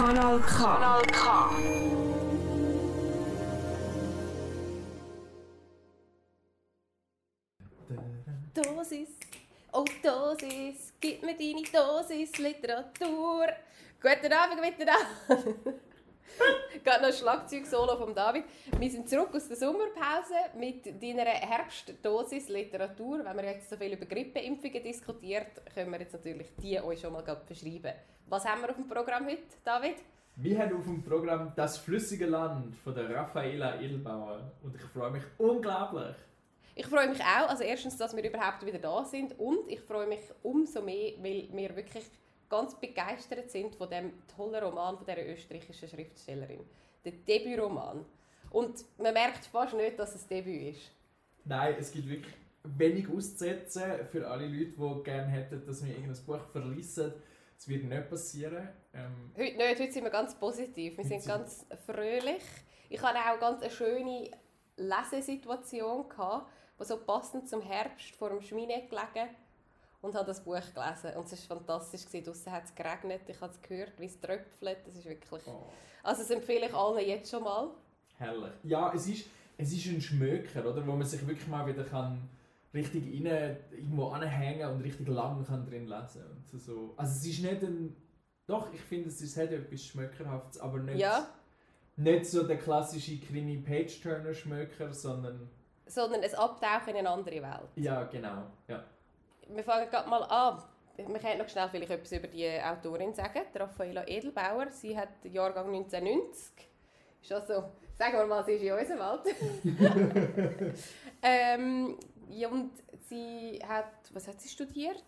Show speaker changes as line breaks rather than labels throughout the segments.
Kanal K. Kanal K.
Dosis, oh Dosis, gib mir deine Dosis Literatur. Guten Abend miteinander. Gerade noch ein Schlagzeug-Solo von David. Wir sind zurück aus der Sommerpause mit deiner Herbstdosis Literatur. Wenn wir jetzt so viel über Grippeimpfungen diskutiert, können wir jetzt natürlich die euch schon mal verschreiben. Was haben wir auf dem Programm heute, David?
Wir haben auf dem Programm «Das flüssige Land» von der Raffaela Edelbauer. Und ich freue mich unglaublich.
Ich freue mich auch. Also erstens, dass wir überhaupt wieder da sind. Und ich freue mich umso mehr, weil wir wirklich ganz begeistert sind von dem tollen Roman von dieser österreichischen Schriftstellerin. Der Debütroman. Und man merkt fast nicht, dass es Debüt ist.
Nein, es gibt wirklich wenig auszusetzen für alle Leute, die gerne hätten, dass wir irgendein Buch verlissen. Das wird nicht passieren.
Heute nicht, heute sind wir ganz positiv. Wir sind ganz fröhlich. Ich hatte auch ganz eine schöne Lesesituation, die so passend zum Herbst vor dem Schmiede gelegen und habe das Buch gelesen. Und es war fantastisch. Draussen hat es geregnet, ich habe es gehört, wie es tröpfelt. Das ist wirklich...
Oh.
Also das empfehle ich allen jetzt schon mal.
Herrlich. Ja, es ist ein Schmöker, oder? Wo man sich wirklich mal wieder richtig irgendwo anhängen und richtig lang drin lesen und so. Also es ist nicht ein... Doch, ich finde, es hat etwas Schmökerhaftes, aber nicht so der klassische Krimi-Page-Turner-Schmöker, sondern es
Abtauchen in eine andere Welt.
Ja, genau. Ja.
Wir fangen gerade mal an. Wir können noch schnell vielleicht etwas über die Autorin sagen, die Raffaela Edelbauer. Sie hat Jahrgang 1990. Ist also, sagen wir mal, sie ist in unserem Alter. Ja, und sie hat, was hat sie studiert?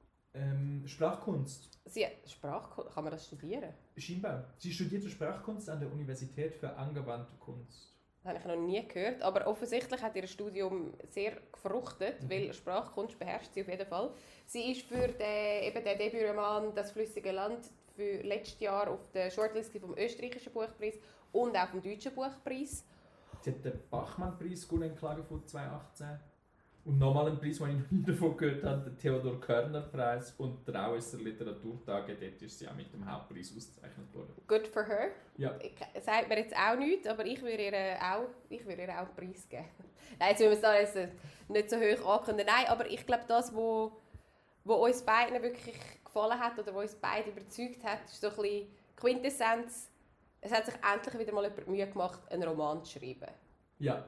Sprachkunst.
Sprachkunst, kann man das studieren?
Scheinbar. Sie studierte Sprachkunst an der Universität für angewandte Kunst.
Das habe ich noch nie gehört, aber offensichtlich hat ihr Studium sehr gefruchtet, weil Sprachkunst beherrscht sie auf jeden Fall. Sie ist für den Debütroman «Das flüssige Land» für letztes Jahr auf der Shortlist vom österreichischen Buchpreis und auch vom deutschen Buchpreis.
Sie hat den Bachmann-Preis gewonnen in Klagenfurt 2018. Und nochmal einen Preis, den ich noch nie davon gehört habe, den Theodor-Körner-Preis und der Rauesser Literaturtage. Dort ist sie auch mit dem Hauptpreis ausgezeichnet worden.
Good for her.
Ja.
Sagt mir jetzt auch nichts, aber ich würde ihr auch einen Preis geben. Nein, jetzt will wir es da jetzt nicht so hoch ankündigen. Nein, aber ich glaube, das, was uns beiden wirklich gefallen hat oder was uns beide überzeugt hat, ist so ein bisschen Quintessenz. Es hat sich endlich wieder mal jemand Mühe gemacht, einen Roman zu schreiben.
Ja.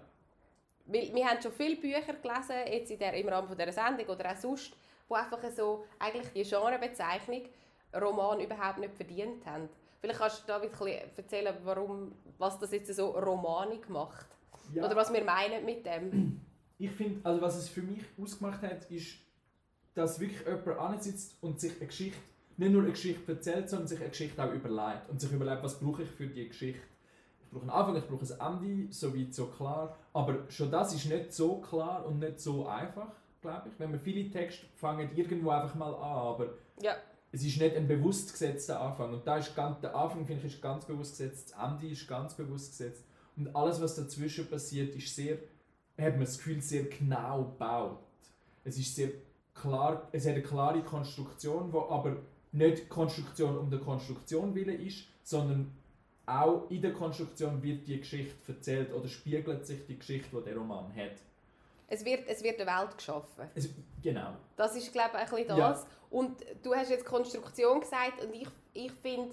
Weil wir haben schon viele Bücher gelesen, jetzt im Rahmen dieser Sendung oder auch sonst, die einfach so eigentlich die Genrebezeichnung Roman überhaupt nicht verdient haben. Vielleicht kannst du David ein bisschen erzählen, was das jetzt so romanig macht. Ja. Oder was wir meinen mit dem.
Ich finde, also was es für mich ausgemacht hat, ist, dass wirklich jemand ansitzt und sich eine Geschichte, nicht nur eine Geschichte erzählt, sondern sich eine Geschichte auch überlegt. Und sich überlegt, was brauche ich für die Geschichte. Ich brauche einen Anfang, ich brauche ein Ende, so weit, so klar. Aber schon das ist nicht so klar und nicht so einfach, glaube ich. Wenn wir viele Texte fangen irgendwo einfach mal an, aber es ist nicht ein bewusst gesetzter Anfang. Und da ist der Anfang, finde ich, ist ganz bewusst gesetzt, das Ende ist ganz bewusst gesetzt. Und alles, was dazwischen passiert, ist hat man das Gefühl, sehr genau gebaut. Es ist sehr klar, es hat eine klare Konstruktion, die aber nicht die Konstruktion um der Konstruktion willen ist, sondern auch in der Konstruktion wird die Geschichte erzählt oder spiegelt sich die Geschichte, die der Roman hat.
Es wird eine Welt geschaffen.
Genau.
Das ist, glaube ich, ein bisschen das. Ja. Und du hast jetzt Konstruktion gesagt und ich finde,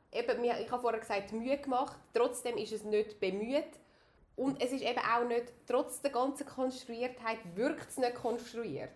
ich habe vorher gesagt, Mühe gemacht, trotzdem ist es nicht bemüht. Und es ist eben auch nicht, trotz der ganzen Konstruiertheit, wirkt es nicht konstruiert.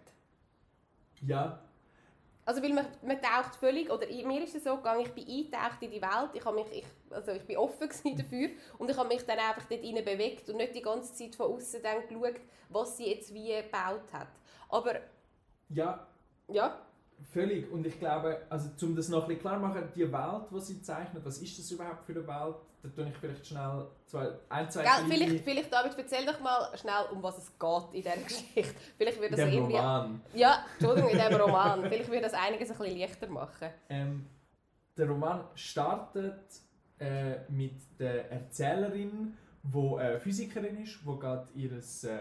Ja.
Also weil man taucht völlig, oder mir ist es so gegangen, ich bin eingetaucht in die Welt, ich bin offen dafür und ich habe mich dann einfach dort rein bewegt und nicht die ganze Zeit von außen dann geschaut, was sie jetzt wie gebaut hat. Aber...
Ja. Völlig. Und ich glaube, also um das noch ein bisschen klar zu machen, die Welt, die sie zeichnet, was ist das überhaupt für eine Welt? Da tue ich vielleicht schnell
Vielleicht, David, erzähl doch mal schnell, um was es geht in dieser Geschichte. Vielleicht würde das
in dem
irgendwie...
Roman.
Ja, Entschuldigung, in diesem Roman. Vielleicht würde das einiges ein bisschen leichter machen.
Der Roman startet mit der Erzählerin, die Physikerin ist, die gerade ihre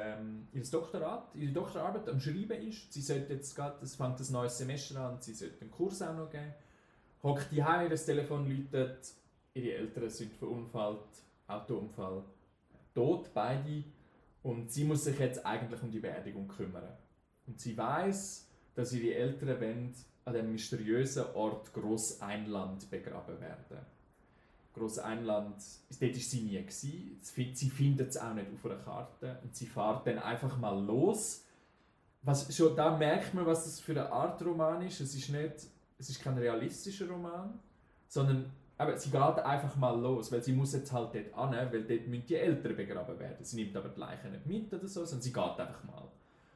Doktorarbeit am Schreiben ist. Sie sollte jetzt gerade, es fängt ein neues Semester an, sie sollte einen Kurs auch noch geben. Hockt daheim, das Telefon läutet ihre Eltern sind verunfallt, Autounfall, tot, beide. Und sie muss sich jetzt eigentlich um die Beerdigung kümmern. Und sie weiß, dass ihre Eltern wollen an dem mysteriösen Ort Grosseinland begraben werden. Grosseinland, dort war sie nie gewesen. Sie findet es auch nicht auf einer Karte. Und sie fährt dann einfach mal los. Schon da merkt man, was das für eine Art Roman ist. Es ist kein realistischer Roman, sondern aber sie geht einfach mal los, weil sie muss jetzt halt dort hin, weil dort müssen die Eltern begraben werden. Sie nimmt aber die Leiche nicht mit oder so, sondern sie geht einfach mal.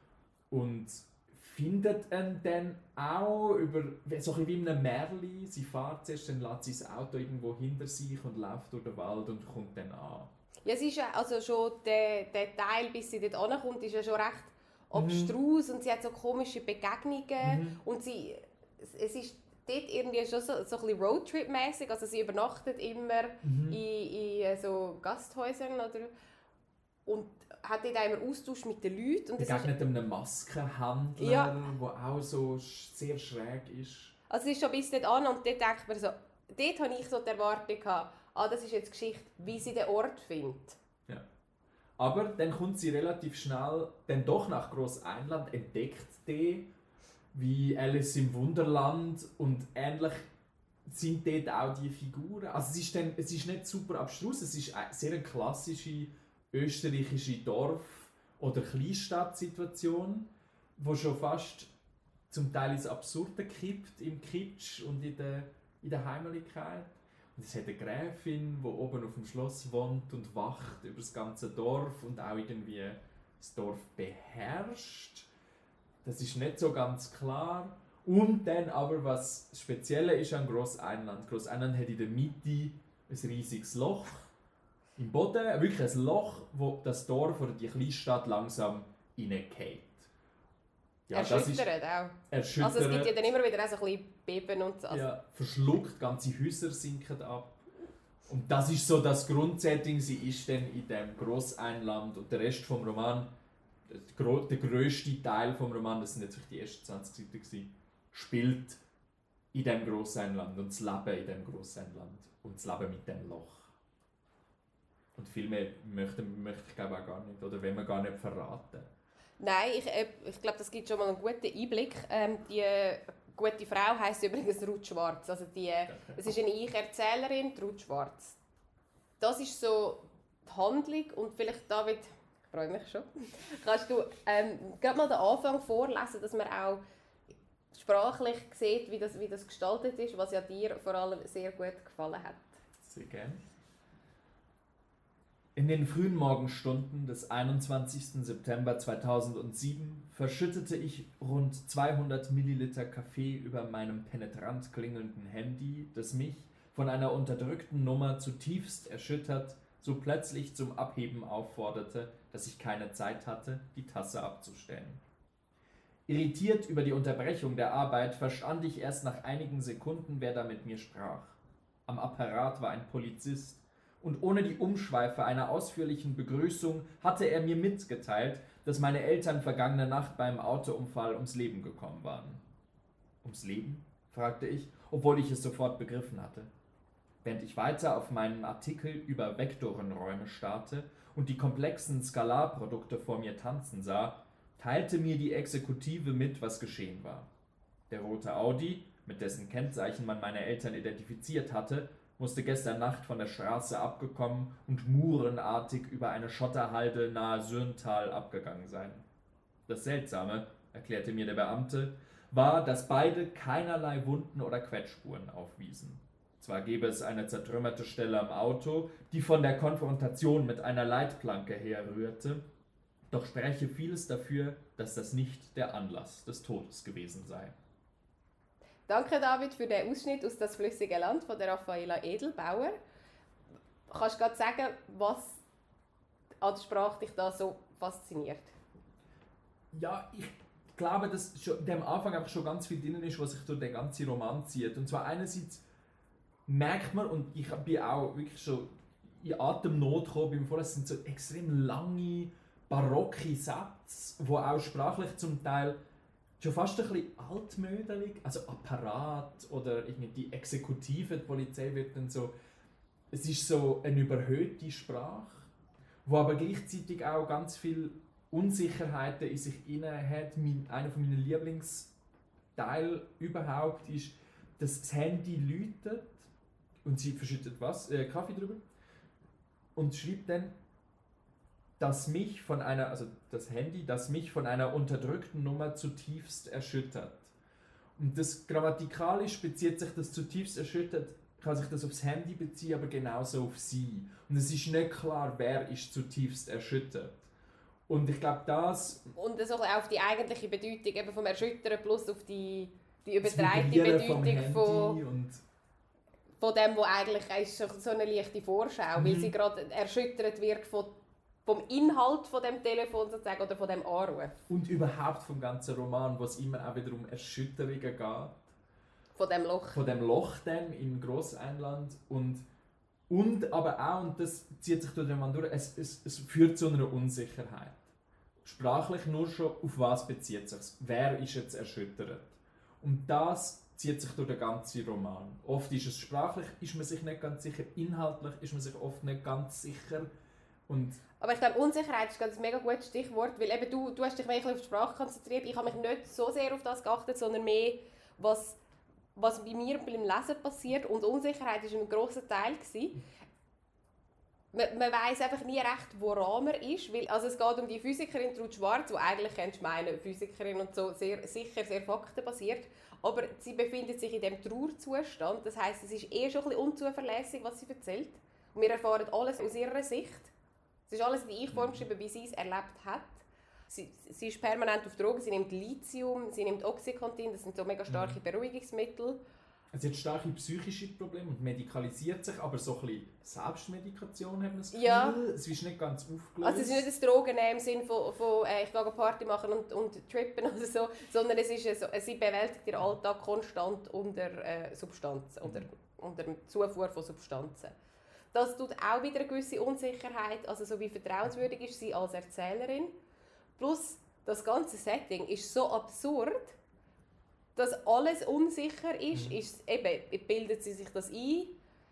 Und findet ihn dann auch über, so ein bisschen wie in einem Märchen. Sie fährt zuerst, dann lässt sie das Auto irgendwo hinter sich und läuft durch den Wald und kommt dann an.
Ja, es ist ja also schon der Teil, bis sie dort ankommt, ist ja schon recht abstrus und sie hat so komische Begegnungen und es ist dort irgendwie schon so ein bisschen Roadtrip-mäßig, also sie übernachtet immer in so Gasthäusern oder und hat dort auch immer Austausch mit den Leuten. Und
begegnet einem Maskenhändler, der auch so sehr schräg ist.
Also es ist schon bis dort an und dort denkt man so, dort hatte ich so die Erwartung, das ist jetzt Geschichte, wie sie den Ort findet.
Ja. Aber dann kommt sie relativ schnell dann doch nach Grosseinland, entdeckt die, wie Alice im Wunderland und ähnlich sind dort auch die Figuren. Also es ist nicht super abstrus, es ist eine sehr klassische österreichische Dorf- oder Kleinstadt-Situation, wo schon fast zum Teil ins Absurde kippt, im Kitsch und in der Heimeligkeit. Und es hat eine Gräfin, die oben auf dem Schloss wohnt und wacht über das ganze Dorf und auch irgendwie das Dorf beherrscht. Das ist nicht so ganz klar. Und dann aber, was Spezielle ist an Grosseinland. Grosseinland hat in der Mitte ein riesiges Loch im Boden, wirklich ein Loch, wo das Dorf oder die Kleinstadt langsam reingeht. Ja,
erschüttert auch.
Erschüttert.
Also es gibt ja dann immer wieder so ein bisschen Beben und so.
Ja, verschluckt, ganze Häuser sinken ab. Und das ist so das Grundsetting, sie ist dann in dem Grosseinland und der Rest vom Roman, der grösste Teil vom Roman, das sind jetzt die ersten 20 Seiten gewesen, spielt in dem Grosseinland und das Leben in dem Grosseinland und das Leben mit dem Loch. Und viel mehr möchte ich glaube auch gar nicht, oder wenn wir gar nicht verraten.
Nein, ich glaube, das gibt schon mal einen guten Einblick. Die gute Frau heisst übrigens Ruth Schwarz. Also es ist eine Ich-Erzählerin, Ruth Schwarz. Das ist so die Handlung und vielleicht, David, ich freue mich schon, kannst du gerade mal den Anfang vorlesen, dass man auch sprachlich sieht, wie das gestaltet ist, was ja dir vor allem sehr gut gefallen hat.
Sehr gerne. In den frühen Morgenstunden des 21. September 2007 verschüttete ich rund 200 Milliliter Kaffee über meinem penetrant klingelnden Handy, das mich, von einer unterdrückten Nummer zutiefst erschüttert, so plötzlich zum Abheben aufforderte, dass ich keine Zeit hatte, die Tasse abzustellen. Irritiert über die Unterbrechung der Arbeit verstand ich erst nach einigen Sekunden, wer da mit mir sprach. Am Apparat war ein Polizist, und ohne die Umschweife einer ausführlichen Begrüßung hatte er mir mitgeteilt, dass meine Eltern vergangene Nacht beim Autounfall ums Leben gekommen waren. Ums Leben? Fragte ich, obwohl ich es sofort begriffen hatte. Während ich weiter auf meinen Artikel über Vektorenräume starrte und die komplexen Skalarprodukte vor mir tanzen sah, teilte mir die Exekutive mit, was geschehen war. Der rote Audi, mit dessen Kennzeichen man meine Eltern identifiziert hatte, musste gestern Nacht von der Straße abgekommen und murenartig über eine Schotterhalde nahe Sürntal abgegangen sein. Das Seltsame, erklärte mir der Beamte, war, dass beide keinerlei Wunden oder Quetschspuren aufwiesen. Zwar gäbe es eine zertrümmerte Stelle am Auto, die von der Konfrontation mit einer Leitplanke herrührte, doch spräche vieles dafür, dass das nicht der Anlass des Todes gewesen sei.
Danke, David, für den Ausschnitt aus «Das flüssige Land» von der Raffaela Edelbauer. Kannst du gerade sagen, was an der Sprache dich da so fasziniert?
Ja, ich glaube, dass schon in dem Anfang einfach schon ganz viel drin ist, was sich durch den ganzen Roman zieht. Und zwar einerseits merkt man, und ich bin auch wirklich schon in Atemnot gekommen beim Vorlesen, sind so extrem lange, barocke Sätze, die auch sprachlich zum Teil schon fast ein bisschen altmödelig, also Apparat oder irgendwie die Exekutive, die Polizei wird dann so es ist so eine überhöhte Sprache, wo aber gleichzeitig auch ganz viele Unsicherheiten in sich hat. Einer meiner Lieblingsteile überhaupt ist, dass das Handy läutet und sie verschüttet Kaffee drüber und schreibt dann, das Handy, das mich von einer unterdrückten Nummer zutiefst erschüttert. Und das grammatikalisch bezieht sich das zutiefst erschüttert, kann sich das aufs Handy beziehen, aber genauso auf sie. Und es ist nicht klar, wer ist zutiefst erschüttert. Und ich glaube, das...
Und so auf die eigentliche Bedeutung eben vom Erschüttern plus auf die übertreibte Bedeutung von dem, was eigentlich ist so eine leichte Vorschau, weil sie gerade erschüttert wird vom Inhalt von dem Telefon sozusagen oder von dem Anruf.
Und überhaupt vom ganzen Roman, wo es immer auch wieder um Erschütterungen geht.
Von dem Loch.
Von dem Loch dann im Grosseinland und aber auch, und das zieht sich durch den Roman durch, es führt zu einer Unsicherheit. Sprachlich nur schon, auf was bezieht sich es? Wer ist jetzt erschüttert? Und das zieht sich durch den ganzen Roman. Oft ist es sprachlich, ist man sich nicht ganz sicher, inhaltlich ist man sich oft nicht ganz sicher.
Aber ich glaube, Unsicherheit ist ein mega gutes Stichwort, weil eben du hast dich mehr auf die Sprache konzentriert. Ich habe mich nicht so sehr auf das geachtet, sondern mehr, was bei mir beim Lesen passiert. Und Unsicherheit war ein grosser Teil. Man weiss einfach nie recht, woran man ist. Weil, also es geht um die Physikerin Trud Schwarz, die eigentlich, kennst du meine, Physikerin und so, sehr faktenbasiert. Aber sie befindet sich in diesem Trauerzustand. Das heisst, es ist schon ein bisschen unzuverlässig, was sie erzählt. Und wir erfahren alles aus ihrer Sicht. Es ist alles in die Ich-Form geschrieben, wie sie es erlebt hat. Sie ist permanent auf Drogen, sie nimmt Lithium, sie nimmt Oxycontin, das sind so mega starke Beruhigungsmittel.
Sie hat starke psychische Probleme und medikalisiert sich, aber so ein bisschen Selbstmedikation hat man das Gefühl.
Ja.
Es ist nicht ganz aufgelöst.
Also es ist nicht ein Drogen im Sinne von ich gehe eine Party machen und trippen oder so, sondern es ist sie bewältigt ihren Alltag konstant unter Substanzen oder unter Zufuhr von Substanzen. Das tut auch wieder eine gewisse Unsicherheit, also so wie vertrauenswürdig ist sie als Erzählerin. Plus das ganze Setting ist so absurd, dass alles unsicher ist. Bildet sie sich das ein?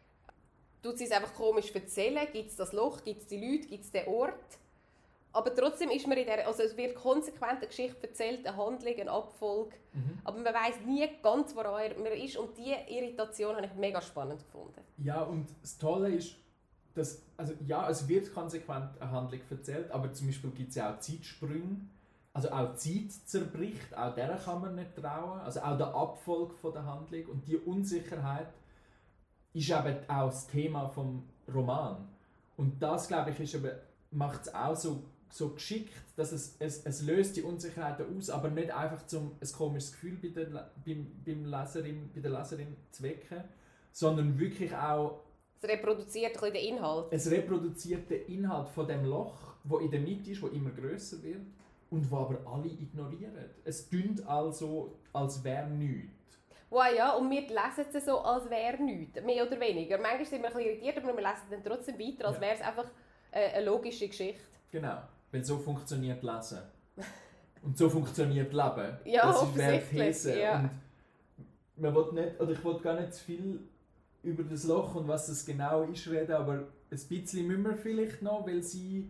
Tut sie es einfach komisch erzählen? Gibt es das Loch? Gibt es die Leute? Gibt es den Ort? Aber trotzdem ist man es wird konsequent eine Geschichte erzählt, eine Handlung, eine Abfolge. Aber man weiss nie ganz, woran man ist. Und diese Irritation habe ich mega spannend gefunden.
Ja, und das Tolle ist, dass, es wird konsequent eine Handlung erzählt, aber zum Beispiel gibt es ja auch Zeitsprünge. Also auch die Zeit zerbricht, auch der kann man nicht trauen. Also auch der Abfolge von der Handlung. Und die Unsicherheit ist eben auch das Thema vom Roman. Und das, glaube ich, macht es auch so geschickt, dass es löst die Unsicherheiten aus, aber nicht einfach um ein komisches Gefühl bei der Leserin zu wecken, sondern wirklich auch...
Es reproduziert ein bisschen den Inhalt.
Es reproduziert den Inhalt von dem Loch, das in der Mitte ist, das immer grösser wird und wo aber alle ignorieren. Es tönt also, als wäre nichts.
Wow, ja, und wir lesen es so, als wäre nichts, mehr oder weniger. Manchmal sind wir ein bisschen irritiert, aber wir lesen dann trotzdem weiter, als wäre es einfach eine logische Geschichte.
Genau, weil so funktioniert Lesen. Und so funktioniert Leben.
Ja,
das
offensichtlich.
These. Ja. Und man will nicht, oder ich will gar nicht zu viel über das Loch und was es genau ist reden, aber ein bisschen müssen wir vielleicht noch, weil sie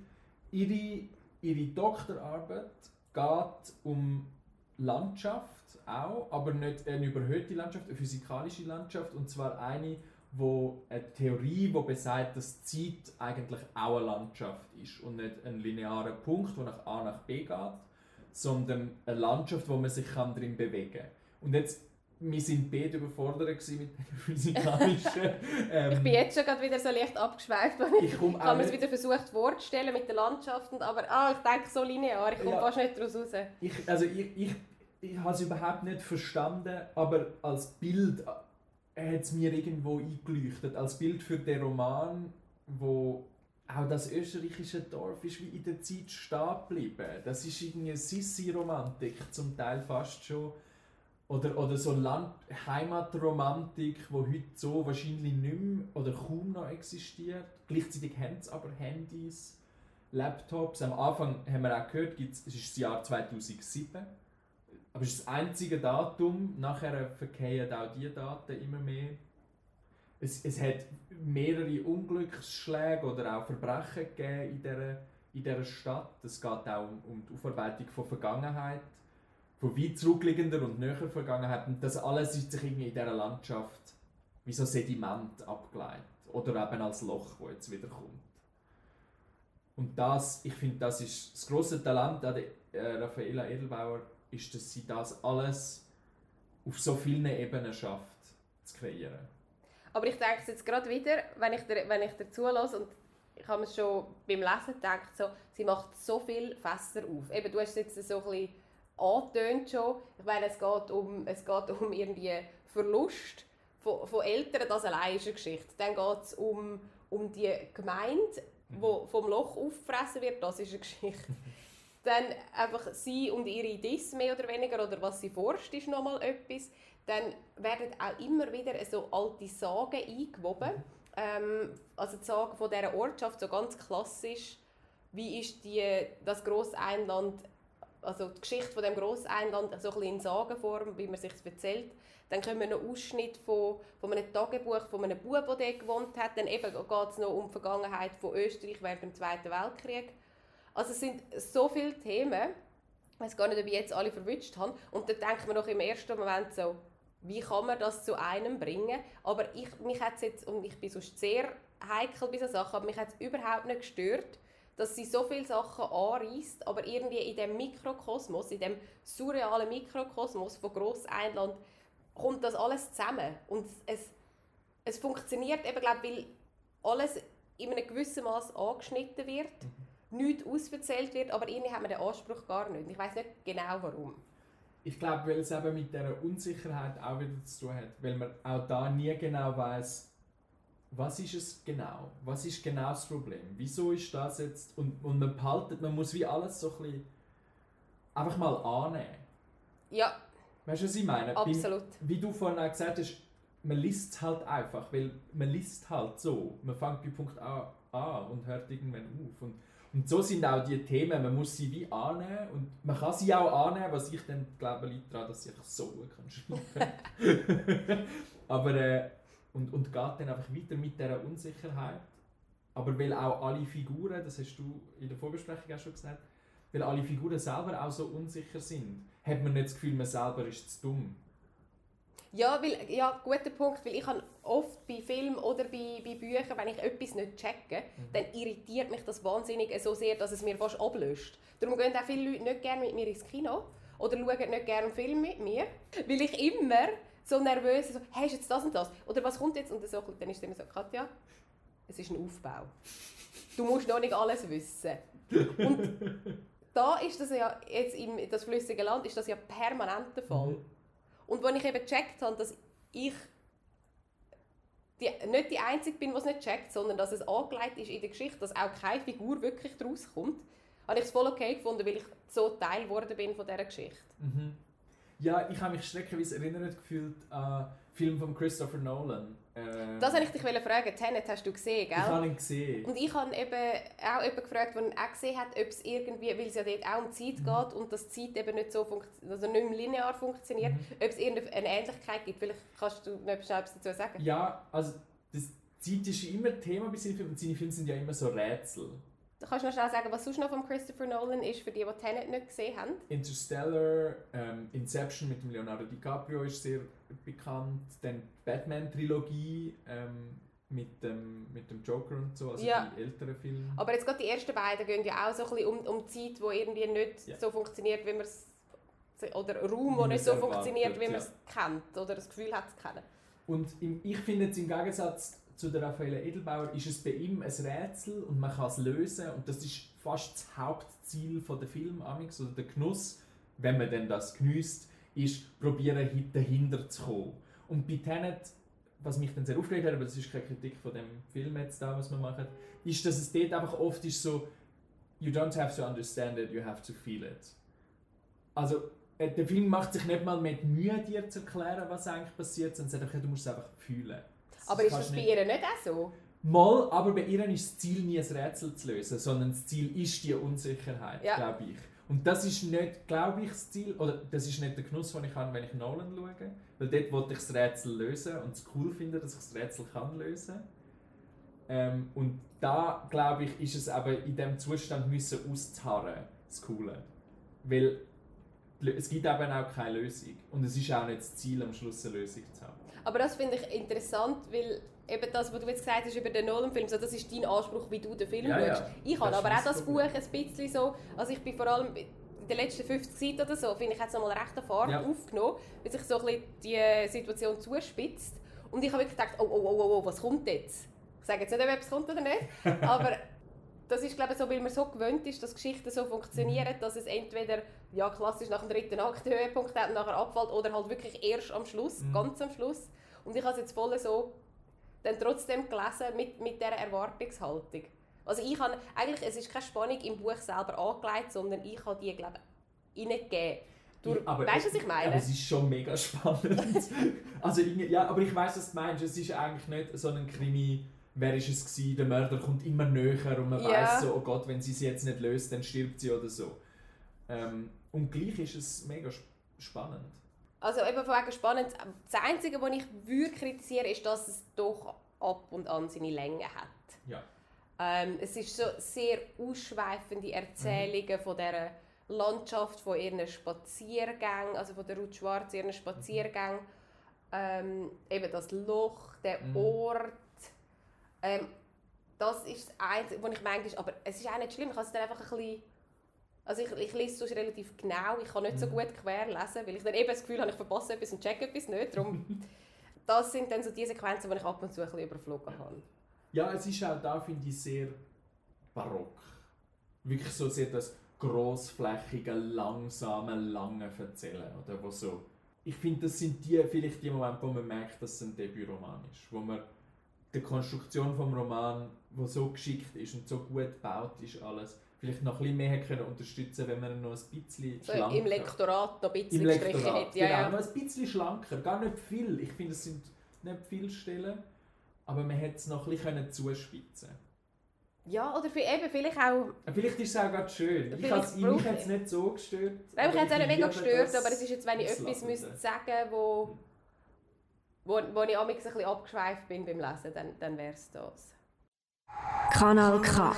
ihre Doktorarbeit geht um Landschaft auch, aber nicht eine überhöhte Landschaft, eine physikalische Landschaft, und zwar eine Theorie, die besagt, dass Zeit eigentlich auch eine Landschaft ist und nicht ein linearer Punkt, der nach A nach B geht, sondern eine Landschaft, wo man sich darin bewegen kann. Und jetzt, wir waren beide überfordert mit der physikalischen...
ich bin jetzt schon wieder so leicht abgeschweift, weil ich habe es wieder versucht vorzustellen mit der Landschaft, aber ich denke so linear, ich komme fast nicht daraus raus.
Ich habe es überhaupt nicht verstanden, aber als Bild hat es mir irgendwo eingeleuchtet. Als Bild für den Roman, wo auch das österreichische Dorf ist wie in der Zeit stehen geblieben. Das ist irgendwie eine Sissi-Romantik, zum Teil fast schon. Oder so Heimatromantik, die heute so wahrscheinlich nicht mehr oder kaum noch existiert. Gleichzeitig haben sie aber Handys, Laptops. Am Anfang haben wir auch gehört, es ist das Jahr 2007. Aber es ist das einzige Datum, nachher verkehren auch diese Daten immer mehr. es hat mehrere Unglücksschläge oder auch Verbrechen gegeben in dieser Stadt. Es geht auch um die Aufarbeitung von Vergangenheit, von weit zurückliegender und näherer Vergangenheit. Und das alles ist sich irgendwie in dieser Landschaft wie so Sediment abgeleitet. Oder eben als Loch, das jetzt wieder kommt. Und ich finde, das ist das grosse Talent an der Raffaella Edelbauer, ist, dass sie das alles auf so vielen Ebenen schafft, zu kreieren.
Aber ich denke es jetzt gerade wieder, wenn ich dir zuhöre und ich habe mir schon beim Lesen gedacht, so, sie macht so viele Fässer auf. Eben, du hast es jetzt so ein bisschen angetönt schon. Ich meine, es geht um irgendwie Verlust von Eltern, das allein ist eine Geschichte. Dann geht es um die Gemeinde, die vom Loch auffressen wird, das ist eine Geschichte. Dann einfach sie und ihre Ideen mehr oder weniger, oder was sie forscht, ist nochmal etwas. Dann werden auch immer wieder so alte Sagen eingewoben. Also die Sagen von dieser Ortschaft, so ganz klassisch. Wie ist das Grosseinland, also die Geschichte von dem Grosseinland, so ein bisschen in Sagenform, wie man sich erzählt. Dann kommen noch Ausschnitte von einem Tagebuch von einem Bub, der dort gewohnt hat. Dann eben geht es noch um die Vergangenheit von Österreich während dem Zweiten Weltkrieg. Also es sind so viele Themen, ich weiß gar nicht, ob ich jetzt alle verwünscht habe. Und dann denkt man noch im ersten Moment so, wie kann man das zu einem bringen? Aber mich hat's jetzt, und ich bin sonst sehr heikel bei solchen Sachen, aber mich hat es überhaupt nicht gestört, dass sie so viele Sachen anreisst, aber irgendwie in dem Mikrokosmos, in dem surrealen Mikrokosmos von Grosseinland, kommt das alles zusammen. Und es funktioniert eben, glaube ich, weil alles in einem gewissen Maß angeschnitten wird, nichts ausverzählt wird, aber irgendwie hat man den Anspruch gar nicht. Ich weiß nicht genau warum.
Ich glaube, weil es eben mit dieser Unsicherheit auch wieder zu tun hat, weil man auch da nie genau weiss, was ist es genau? Was ist genau das Problem? Wieso ist das jetzt? Und man muss wie alles so ein bisschen einfach mal annehmen.
Ja.
Weißt du, was ich meine?
Absolut.
Wie du vorhin auch gesagt hast, man liest es halt einfach, weil man liest halt so. Man fängt bei Punkt A an und hört irgendwann auf. Und so sind auch die Themen, man muss sie wie annehmen und man kann sie auch annehmen, was ich dann glaube, liegt daran, dass ich so gut schreiben kann. Aber und geht dann einfach weiter mit dieser Unsicherheit. Aber weil auch alle Figuren, das hast du in der Vorbesprechung auch schon gesagt, weil alle Figuren selber auch so unsicher sind, hat man nicht das Gefühl, man selber ist zu dumm.
Ja, guter Punkt, weil ich habe oft bei Filmen oder bei Büchern, wenn ich etwas nicht checke, dann irritiert mich das wahnsinnig so sehr, dass es mir fast ablöscht. Darum gehen auch viele Leute nicht gerne mit mir ins Kino oder schauen nicht gerne einen Film mit mir, weil ich immer so nervös so, hey, ist jetzt das und das? Oder was kommt jetzt? Und dann ist es immer so, Katja, es ist ein Aufbau. Du musst noch nicht alles wissen. Und da ist das ja, jetzt in das flüssige Land, ist das ja permanent der Fall. Und als ich eben gecheckt habe, dass ich nicht die Einzige bin, die es nicht checkt, sondern dass es angelegt ist in der Geschichte, dass auch keine Figur wirklich daraus kommt, habe ich es voll okay gefunden, weil ich so Teil geworden bin von dieser Geschichte.
Ja, ich habe mich schreckenweise erinnert gefühlt an Film von Christopher Nolan.
Das wollte ich dich fragen. Tenet hast du gesehen, gell?
Ich habe ihn gesehen.
Und ich habe eben auch jemanden gefragt, der ihn auch gesehen hat, ob es irgendwie, weil es ja dort auch um Zeit geht und dass die Zeit eben nicht so also nicht mehr linear funktioniert, ob es irgendeine Ähnlichkeit gibt. Vielleicht kannst du noch etwas dazu sagen.
Ja, also das Zeit ist immer Thema bei seinen Filmen und seine Filme sind ja immer so Rätsel.
Du kannst noch schnell sagen, was sonst noch von Christopher Nolan ist, für die Tenet nicht gesehen haben?
Interstellar, Inception mit dem Leonardo DiCaprio ist sehr bekannt, dann die Batman-Trilogie mit dem Joker und so, also die älteren Filme.
Aber jetzt gerade die ersten beiden gehen ja auch so ein bisschen um Zeit, die irgendwie nicht so funktioniert, wie man es, oder Raum, der nicht so funktioniert, wie man es kennt oder das Gefühl hat zu kennen.
Und ich finde jetzt im Gegensatz zu der Raffaella Edelbauer ist es bei ihm ein Rätsel und man kann es lösen und das ist fast das Hauptziel der Film oder der Genuss, wenn man denn das geniesst, ist probieren dahinter zu kommen. Und bei Tenet, was mich dann sehr aufgeregt hat, aber das ist keine Kritik von dem Film jetzt da, was wir machen, ist, dass es dort einfach oft ist so, you don't have to understand it, you have to feel it. Also der Film macht sich nicht mal mit Mühe, dir zu erklären, was eigentlich passiert, sondern sagt, okay, du musst es einfach fühlen.
Aber ist das bei ihr nicht auch so?
Mal, aber bei ihr ist das Ziel nie ein Rätsel zu lösen, sondern das Ziel ist die Unsicherheit, glaube ich. Und das ist nicht, glaube ich, das Ziel, oder das ist nicht der Genuss, den ich habe, wenn ich Nolan schaue. Weil dort wollte ich das Rätsel lösen und es cool finde, dass ich das Rätsel kann lösen. Und da, glaube ich, ist es aber in diesem Zustand müssen auszuharren, das Coole. Weil es gibt eben auch keine Lösung. Und es ist auch nicht das Ziel, am Schluss eine Lösung zu haben.
Aber das finde ich interessant, weil eben das, was du jetzt gesagt hast über den Nolan-Film, so, das ist dein Anspruch, wie du den Film schaust.
Ja.
Ich habe
Das
aber
ist
auch das
das
Buch
Problem.
ein bisschen so, also ich bin vor allem in den letzten 50 Seiten oder so, finde ich, hat es nochmal recht eine Fahrt aufgenommen, weil sich so ein bisschen die Situation zuspitzt. Und ich habe wirklich gedacht, oh, was kommt jetzt? Ich sage jetzt nicht, ob etwas kommt oder nicht, aber das ist, glaube ich, so, weil man so gewöhnt ist, dass Geschichten so funktionieren, dass es entweder klassisch nach dem 3. Akt Höhepunkt hat und nachher abfällt oder halt wirklich erst am Schluss, ganz am Schluss. Und ich habe es jetzt voll so dann trotzdem gelesen mit dieser Erwartungshaltung. Also ich habe, eigentlich, es ist keine Spannung im Buch selber angelegt, sondern ich habe die, glaube ich, reingegeben. Weißt du, was ich meine?
Aber es ist schon mega spannend. Also, ja, aber ich weiss, was du meinst. Es ist eigentlich nicht so ein Krimi, wer ist es gewesen, der Mörder kommt immer näher und man weiss so, oh Gott, wenn sie es jetzt nicht löst, dann stirbt sie oder so. Und gleich ist es mega spannend.
Also eben von wegen spannend. Das Einzige, was ich würde kritisieren, ist, dass es doch ab und an seine Länge hat.
Ja.
Es ist so sehr ausschweifende Erzählungen von dieser Landschaft, von ihren Spaziergängen, also von der Ruth Schwarz, ihren Spaziergängen. Eben das Loch, der Ort. Das ist das Einzige, was ich manchmal... Aber es ist auch nicht schlimm, ich kann es dann einfach ein bisschen... Also ich lese sonst relativ genau, ich kann nicht so gut quer lesen, weil ich dann eben das Gefühl habe, ich verpasse etwas und checke etwas nicht. Darum, das sind dann so die Sequenzen, die ich ab und zu ein bisschen überflogen habe.
Ja, es ist auch da, finde ich, sehr barock. Wirklich so sehr das grossflächige, langsame, lange Erzählen. Oder wo so. Ich finde, das sind vielleicht die Momente, wo man merkt, dass es ein Debütroman ist. Wo man die Konstruktion des Romans, die so geschickt ist und so gut gebaut ist, alles, vielleicht noch ein bisschen mehr hätte unterstützen können, wenn man ihn noch ein bisschen
so
schlanker...
Im Lektorat noch ein bisschen
Im
gestrichen
Lektorat,
hätte. Ja,
genau, noch ein bisschen schlanker, gar nicht viel. Ich finde, es sind nicht viele Stellen, aber man hätte es noch ein bisschen zuspitzen können.
Ja, oder vielleicht auch...
Vielleicht ist es auch gerade schön. Mich hat es nicht so gestört.
Nein, mich hat es auch nicht mega gestört,
das
aber es ist jetzt, wenn ich etwas müsste sagen wo ich manchmal ein bisschen abgeschweift bin beim Lesen, dann wäre es das.
Kanal K.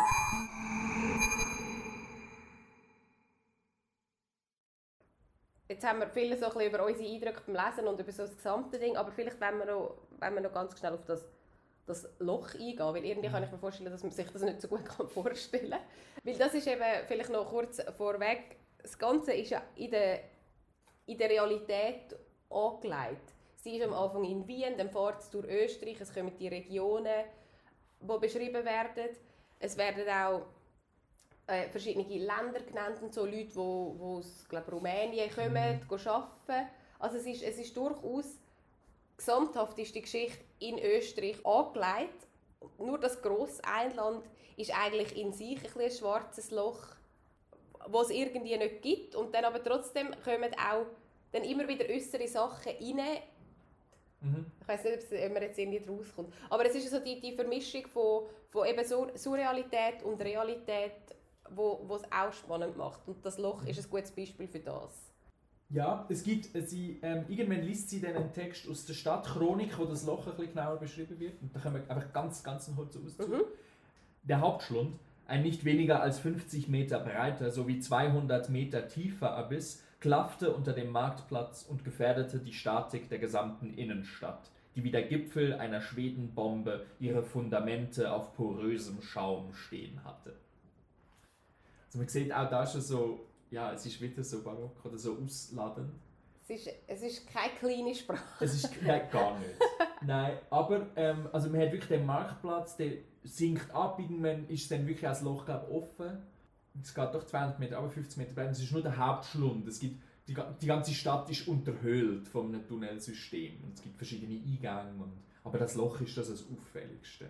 Jetzt haben wir viel so ein bisschen über unsere Eindrücke beim Lesen und über so das gesamte Ding, aber vielleicht wenn wir noch ganz schnell auf das Loch eingehen, weil irgendwie kann ich mir vorstellen, dass man sich das nicht so gut vorstellen kann. Weil das ist eben, vielleicht noch kurz vorweg, das Ganze ist ja in der Realität angelegt. Sie ist am Anfang in Wien, dann fährt es durch Österreich, es kommen die Regionen, die beschrieben werden. Es werden auch verschiedene Länder genannt und so Leute, die aus Rumänien kommen, arbeiten. Also es ist durchaus gesamthaft ist die Geschichte in Österreich angelegt. Nur das grosse Einland ist eigentlich in sich ein schwarzes Loch, das es irgendwie nicht gibt. Und dann aber trotzdem kommen auch dann immer wieder äußere Sachen rein. Ich weiss nicht, ob man jetzt irgendwie rauskommt. Aber es ist so die Vermischung von eben Surrealität und Realität, wo es auch spannend macht. Und das Loch ist ein gutes Beispiel für das.
Ja, es gibt, irgendwann liest sie dann einen Text aus der Stadtchronik, wo das Loch ein bisschen genauer beschrieben wird. Und da können wir einfach ganz einen so Auszug. Der Hauptschlund, ein nicht weniger als 50 Meter breiter sowie 200 Meter tiefer Abyss, klaffte unter dem Marktplatz und gefährdete die Statik der gesamten Innenstadt, die wie der Gipfel einer Schwedenbombe ihre Fundamente auf porösem Schaum stehen hatte. Also man sieht auch da schon so, ja, es ist wieder so barock oder so ausladend.
Es ist keine kleine Sprache.
Nein, gar nicht. Nein, aber also man hat wirklich den Marktplatz, der sinkt ab, irgendwann ist dann wirklich als Loch offen. Es geht doch 200 Meter, aber 50 Meter breit. Es ist nur der Hauptschlund. Es gibt, die ganze Stadt ist unterhöhlt von einem Tunnelsystem. Und es gibt verschiedene Eingänge. Aber das Loch ist das Auffälligste.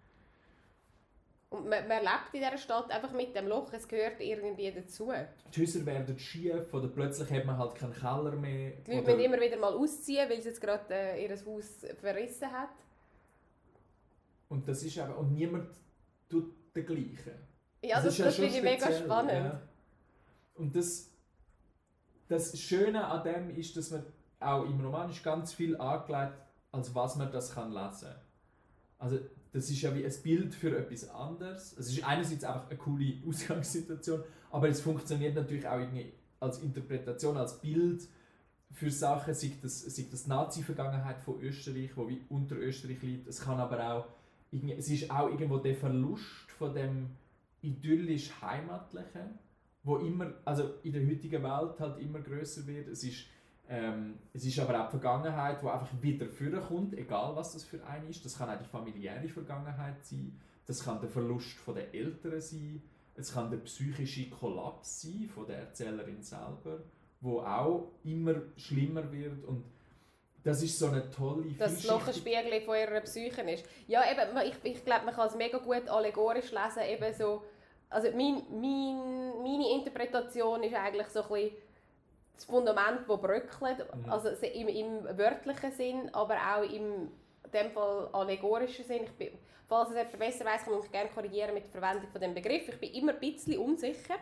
Und man lebt in dieser Stadt einfach mit dem Loch, es gehört irgendwie dazu.
Die Häuser werden schief oder plötzlich hat man halt keinen Keller mehr.
Die Leute müssen immer wieder mal ausziehen, weil sie jetzt gerade ihr Haus verrissen hat.
Und das ist eben, und niemand tut den Gleichen.
Ja, das finde ich mega spannend.
Und das Schöne an dem ist, dass man auch im Roman ist ganz viel angelegt, als was man das kann lesen kann. Also das ist ja wie ein Bild für etwas anderes. Es ist einerseits einfach eine coole Ausgangssituation, aber es funktioniert natürlich auch irgendwie als Interpretation, als Bild für Sachen, sei das Nazi-Vergangenheit von Österreich, wo wie unter Österreich liegt. Es kann aber auch, es ist auch irgendwo der Verlust von dem idyllisch Heimatlichen, wo immer, also in der heutigen Welt halt immer grösser wird. Es ist aber auch die Vergangenheit, die einfach wieder vorkommt, egal was das für eine ist. Das kann auch die familiäre Vergangenheit sein, das kann der Verlust der Eltern sein, es kann der psychische Kollaps sein von der Erzählerin selber, wo auch immer schlimmer wird. Und das ist so eine tolle
das noch ein Spiegel von ihrer Psyche ist. Ja, eben, ich glaube, man kann es mega gut allegorisch lesen. Eben so, also meine Interpretation ist eigentlich so ein bisschen das Fundament, das bröckelt, also im wörtlichen Sinn, aber auch im dem Fall allegorischen Sinn. Falls es jemand besser weiss, kann man mich gerne korrigieren mit der Verwendung von dem Begriff. Ich bin immer ein bisschen unsicher.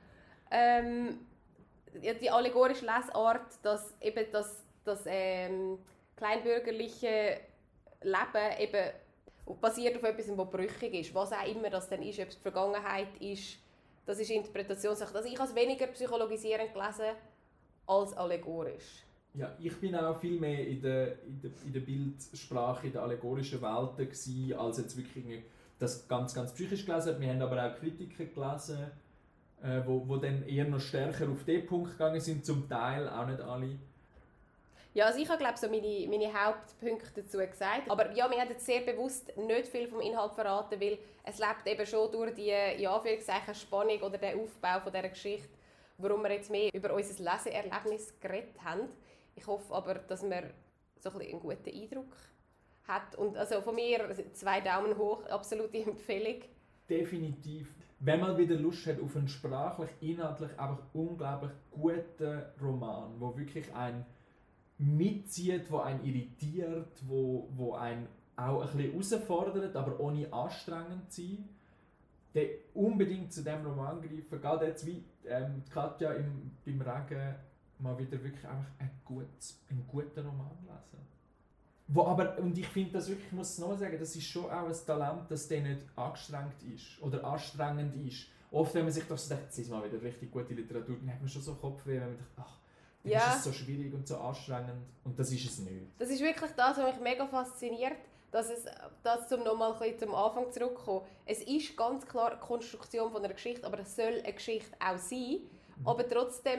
Die allegorische Lesart, dass eben das kleinbürgerliche Leben eben basiert auf etwas, was brüchig ist. Was auch immer das dann ist, ob es die Vergangenheit ist, das ist Interpretationssache. Also ich habe es weniger psychologisierend gelesen als allegorisch.
Ja, ich bin auch viel mehr in der Bildsprache, in der allegorischen Welt gewesen, als jetzt wirklich das ganz psychisch gelesen. Wir haben aber auch Kritiker gelesen, wo dann eher noch stärker auf den Punkt gegangen sind, zum Teil, auch nicht alle.
Ja, also ich habe glaube so meine Hauptpunkte dazu gesagt. Aber ja, wir haben jetzt sehr bewusst nicht viel vom Inhalt verraten, weil es lebt eben schon durch die in Anführungszeichen Spannung oder den Aufbau von dieser Geschichte, warum wir jetzt mehr über unser Leseerlebnis geredet haben. Ich hoffe aber, dass man so ein bisschen einen guten Eindruck hat. Und also von mir 2 Daumen hoch, absolute Empfehlung.
Definitiv. Wenn man wieder Lust hat auf einen sprachlich, inhaltlich einfach unglaublich guten Roman, wo wirklich einen mitzieht, wo einen irritiert, wo einen auch ein bisschen herausfordert, aber ohne anstrengend zu sein, dann unbedingt zu diesem Roman greifen. Gerade jetzt wie Katja beim Regen mal wieder wirklich einfach einen guten Roman lesen. Und ich finde das wirklich, ich muss es nochmal sagen, das ist schon auch ein Talent, dass der nicht angestrengt ist oder anstrengend ist. Oft, wenn man sich doch so denkt, es ist mal wieder richtig gute Literatur, dann hat man schon so Kopfweh, wenn man denkt, ach, dann ist es so schwierig und so anstrengend. Und das ist es nicht.
Das ist wirklich das, was mich mega fasziniert, dass um nochmal zum Anfang zurückzukommen. Es ist ganz klar eine Konstruktion von einer Geschichte, aber es soll eine Geschichte auch sein. Aber trotzdem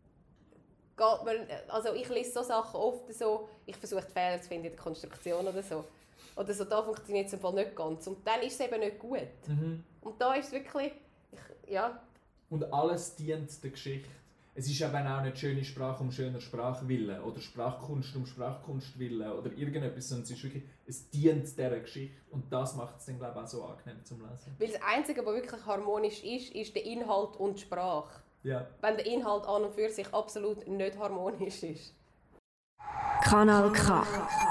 geht man, also ich lese so Sachen oft so, ich versuche die Fehler zu finden in der Konstruktion oder so. Oder so, da funktioniert es im Fall nicht ganz. Und dann ist es eben nicht gut. Und da ist es wirklich, ja.
Und alles dient der Geschichte. Es ist eben auch nicht schöne Sprache um schöner Sprache willen oder Sprachkunst um Sprachkunst willen oder irgendetwas, sondern es dient dieser Geschichte. Und das macht es dann, glaube ich, auch so angenehm zum Lesen.
Weil das Einzige, was wirklich harmonisch ist der Inhalt und die Sprache.
Ja.
Wenn der Inhalt an und für sich absolut nicht harmonisch ist.
Kanal K.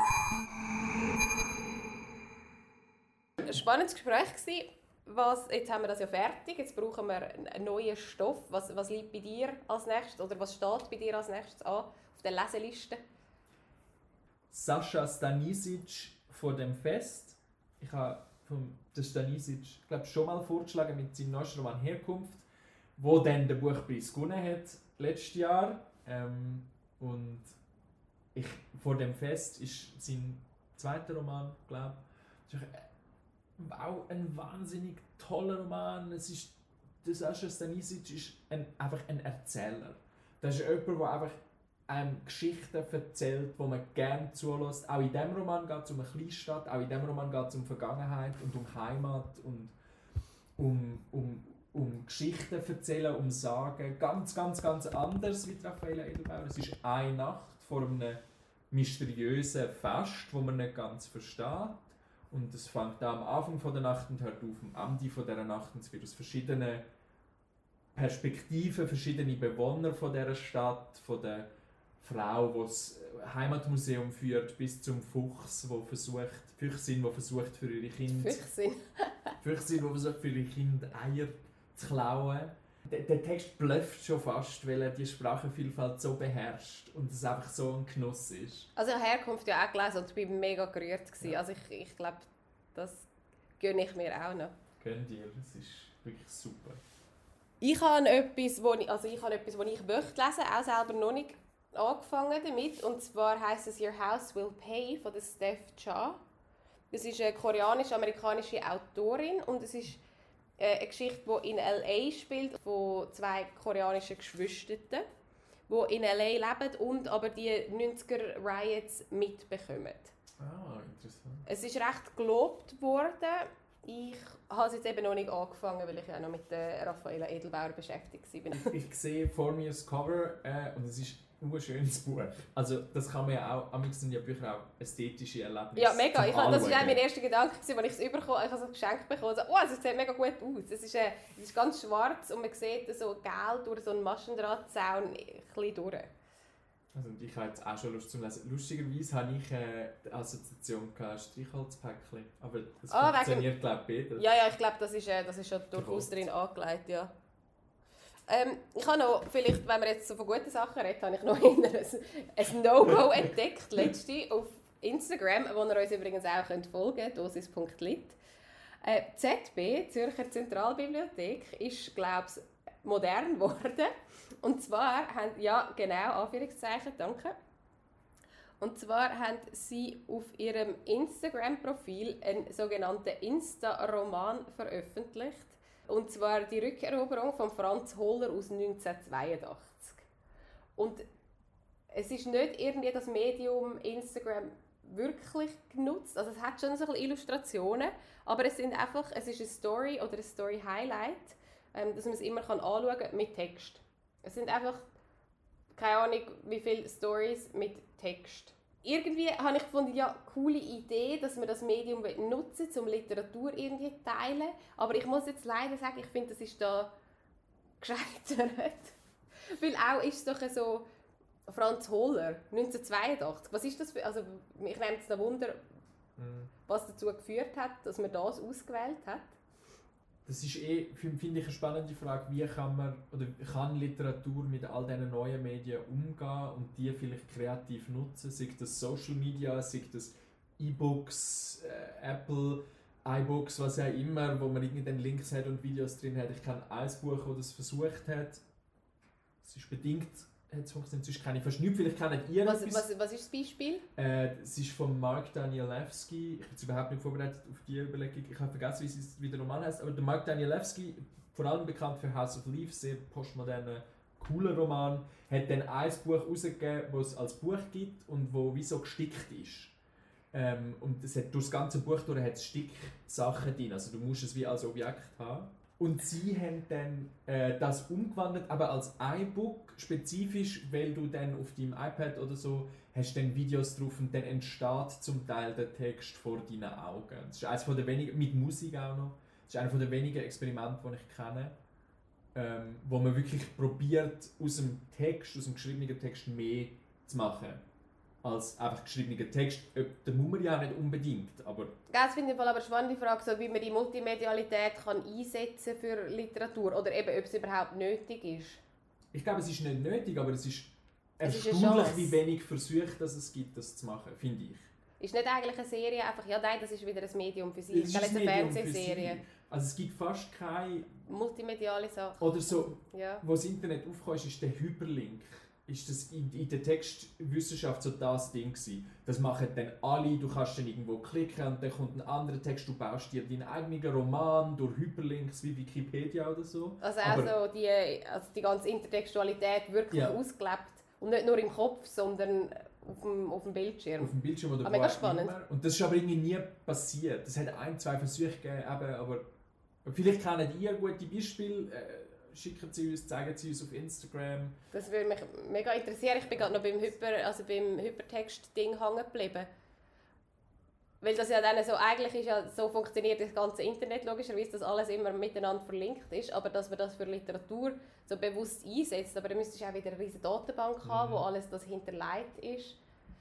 Ein spannendes Gespräch gewesen. Jetzt haben wir das ja fertig, jetzt brauchen wir einen neuen Stoff. Was liegt bei dir als nächstes oder was steht bei dir als nächstes an auf der Leseliste?
Sascha Stanisic vor dem Fest. Ich habe den Stanisic schon mal vorgeschlagen mit seinem neuesten Roman Herkunft, wo dann den Buchpreis gewonnen hat letztes Jahr. Und vor dem Fest ist sein zweiter Roman, glaube ich. Auch ein wahnsinnig toller Roman. Der Sascha Stanisic ist einfach ein Erzähler. Das ist jemand, der einfach Geschichten erzählt, die man gerne zulässt. Auch in diesem Roman geht es um eine Kleinstadt, auch in diesem Roman geht es um Vergangenheit und um Heimat und um Geschichten erzählen, um Sagen. Ganz anders wie Raffaella Edelbauer. Es ist eine Nacht vor einem mysteriösen Fest, das man nicht ganz versteht. Und es fängt am Anfang der Nacht und hört auf am Ende dieser Nacht. Und es wird aus verschiedenen Perspektiven, verschiedene Bewohner von dieser Stadt, von der Frau, die das Heimatmuseum führt, bis zum Füchsin, der versucht für ihre Kinder Eier zu klauen. Der Text blufft schon fast, weil er die Sprachenvielfalt so beherrscht und es einfach so ein Genuss ist.
Also Herkunft ja auch gelesen und ich war mega gerührt.
Ja.
Also ich glaube, das gönne ich mir auch noch.
Gönn dir, es ist wirklich super.
Ich habe etwas, wo ich möchte lesen, auch selber noch nicht angefangen damit. Und zwar heisst es «Your House Will Pay» von der Steph Cha. Das ist eine koreanisch-amerikanische Autorin und es ist eine Geschichte, die in L.A. spielt, von 2 koreanischen Geschwistern, die in L.A. leben und aber die 90er-Riots mitbekommen.
Ah, interessant.
Es ist recht gelobt worden. Ich habe es jetzt eben noch nicht angefangen, weil ich ja noch mit Raffaella Edelbauer beschäftigt war.
Ich sehe vor mir das Cover und es ist ein schönes Buch. Also das kann man ja auch, am sind ja Bücher auch ästhetische Erlebnisse.
Ja, mega.
zum
Das war
Anschauen.
mein erster Gedanke, als ich es bekommen habe. Ich habe es geschenkt bekommen. So, es sieht mega gut aus. Es ist ganz schwarz und man sieht so gelb durch so einen Maschendrahtzaun ein bisschen durch.
Also ich habe jetzt auch schon Lust zum Lesen. Lustigerweise hatte ich die Assoziation Streichholzpäckchen, aber das funktioniert glaube ich besser.
Ja, ich glaube, das ist schon durchaus drin angelegt, ja. Ich habe noch, vielleicht, wenn wir jetzt so von guten Sachen reden, habe ich noch ein No-Go entdeckt, letzte auf Instagram, wo ihr uns übrigens auch folgen könnt, dosis.lit. ZB, Zürcher Zentralbibliothek, ist, glaube ich, modern geworden. Und zwar haben, ja genau, Anführungszeichen, danke. Und zwar haben sie auf ihrem Instagram-Profil einen sogenannten Insta-Roman veröffentlicht. Und zwar die Rückeroberung von Franz Holler aus 1982. Und es ist nicht irgendwie das Medium Instagram wirklich genutzt. Also es hat schon so ein bisschen Illustrationen, aber es ist eine Story oder ein Story-Highlight, dass man es immer anschauen kann mit Text. Es sind einfach, keine Ahnung, wie viele Stories mit Text. Irgendwie habe ich gefunden, ja, coole Idee, dass man das Medium nutzen will, um Literatur irgendwie zu teilen. Aber ich muss jetzt leider sagen, ich finde, das ist da gescheitert. Weil auch ist es doch so, Franz Holler, 1982, was ist das für, also mich nimmt es noch Wunder, was dazu geführt hat, dass man das ausgewählt hat.
Das ist finde ich, eine spannende Frage, wie kann Literatur mit all diesen neuen Medien umgehen und die vielleicht kreativ nutzen, sei das Social Media, sei das E-Books, Apple, iBooks, was auch immer, wo man irgendeinen Links hat und Videos drin hat. Ich kenne ein Buch, das das versucht hat. Es ist bedingt, hat es funktioniert, sonst kenne ich fast nichts, vielleicht kennt ihr
was
etwas.
Was ist das Beispiel?
Es ist von Mark Danielewski. Ich bin jetzt überhaupt nicht vorbereitet auf diese Überlegung. Ich habe vergessen, wie der Roman heißt. Aber der Mark Danielewski, vor allem bekannt für House of Leaves, sehr postmoderner, cooler Roman, hat dann ein Buch herausgegeben, das es als Buch gibt und wo wie so gestickt ist. Und es hat durch das ganze Buch durch hat es Sticksachen drin. Also du musst es wie als Objekt haben. Und sie haben dann das umgewandelt, aber als iBook spezifisch, weil du dann auf deinem iPad oder so hast dann Videos drauf und dann entsteht zum Teil der Text vor deinen Augen. Das ist eines der wenigen, mit Musik auch noch, das ist einer der wenigen Experimente, die ich kenne, wo man wirklich probiert, aus dem geschriebenen Text mehr zu machen. Als einfach geschriebener Text. Das muss man ja nicht unbedingt, aber...
Das finde ich aber eine spannende Frage, so wie man die Multimedialität kann einsetzen für Literatur oder eben, ob es überhaupt nötig ist.
Ich glaube, es ist nicht nötig, aber es ist
Es ist eine
erstaunlich,
Chance.
wie wenig Versuche es gibt, das zu machen, finde ich.
Ist nicht eigentlich eine Serie einfach, ja nein, das ist wieder ein Medium für sich.
Es
Ich
ist
glaube,
ein
jetzt eine
Medium für
Fernsehserie.
sie. Also es gibt fast keine...
Multimediale Sachen.
Oder so,
Ja.
wo das Internet aufkommt, ist der Hyperlink. Ist das in der Textwissenschaft so das Ding gewesen. Das machen dann alle, du kannst dann irgendwo klicken und dann kommt ein anderer Text, du baust dir deinen eigenen Roman durch Hyperlinks wie Wikipedia oder so.
Also auch
Aber
so die ganze Intertextualität wirklich
Ja.
ausgelebt. Und nicht nur im Kopf, sondern auf dem Bildschirm.
auf dem Bildschirm oder
mega
wo auch
spannend.
immer. Und das ist aber irgendwie nie passiert. Es hat 1-2 Versuche gegeben, eben, aber vielleicht kennt ihr gute Beispiele. Schicken Sie uns, zeigen Sie uns auf Instagram.
Das würde mich mega interessieren. Ich bin gerade noch beim Hypertext-Ding hängen geblieben. Weil das ja dann so, eigentlich ist ja so funktioniert das ganze Internet logischerweise, dass alles immer miteinander verlinkt ist, aber dass man das für Literatur so bewusst einsetzt, aber dann müsstest du auch wieder eine riesige Datenbank haben, wo alles das hinterlegt ist.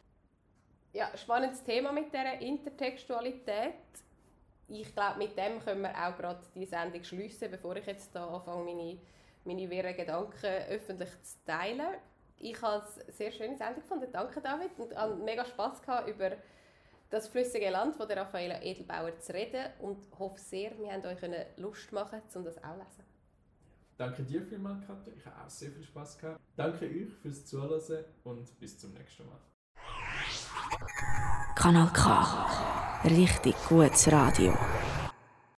Ja, spannendes Thema mit dieser Intertextualität. Ich glaube, mit dem können wir auch gerade die Sendung schliessen, bevor ich jetzt da anfange, meine wirren Gedanken öffentlich zu teilen. Ich habe es sehr schöne Sendung gefunden. Danke, David. Und ich hatte mega Spass gehabt, über das flüssige Land von der Raffaella Edelbauer zu reden und hoffe sehr, wir haben euch Lust machen, um das auch zu lesen.
Danke dir vielmals, Katja. Ich habe auch sehr viel Spass gehabt. Danke euch fürs Zuhören und bis zum nächsten Mal.
Kanal K. Richtig gutes Radio.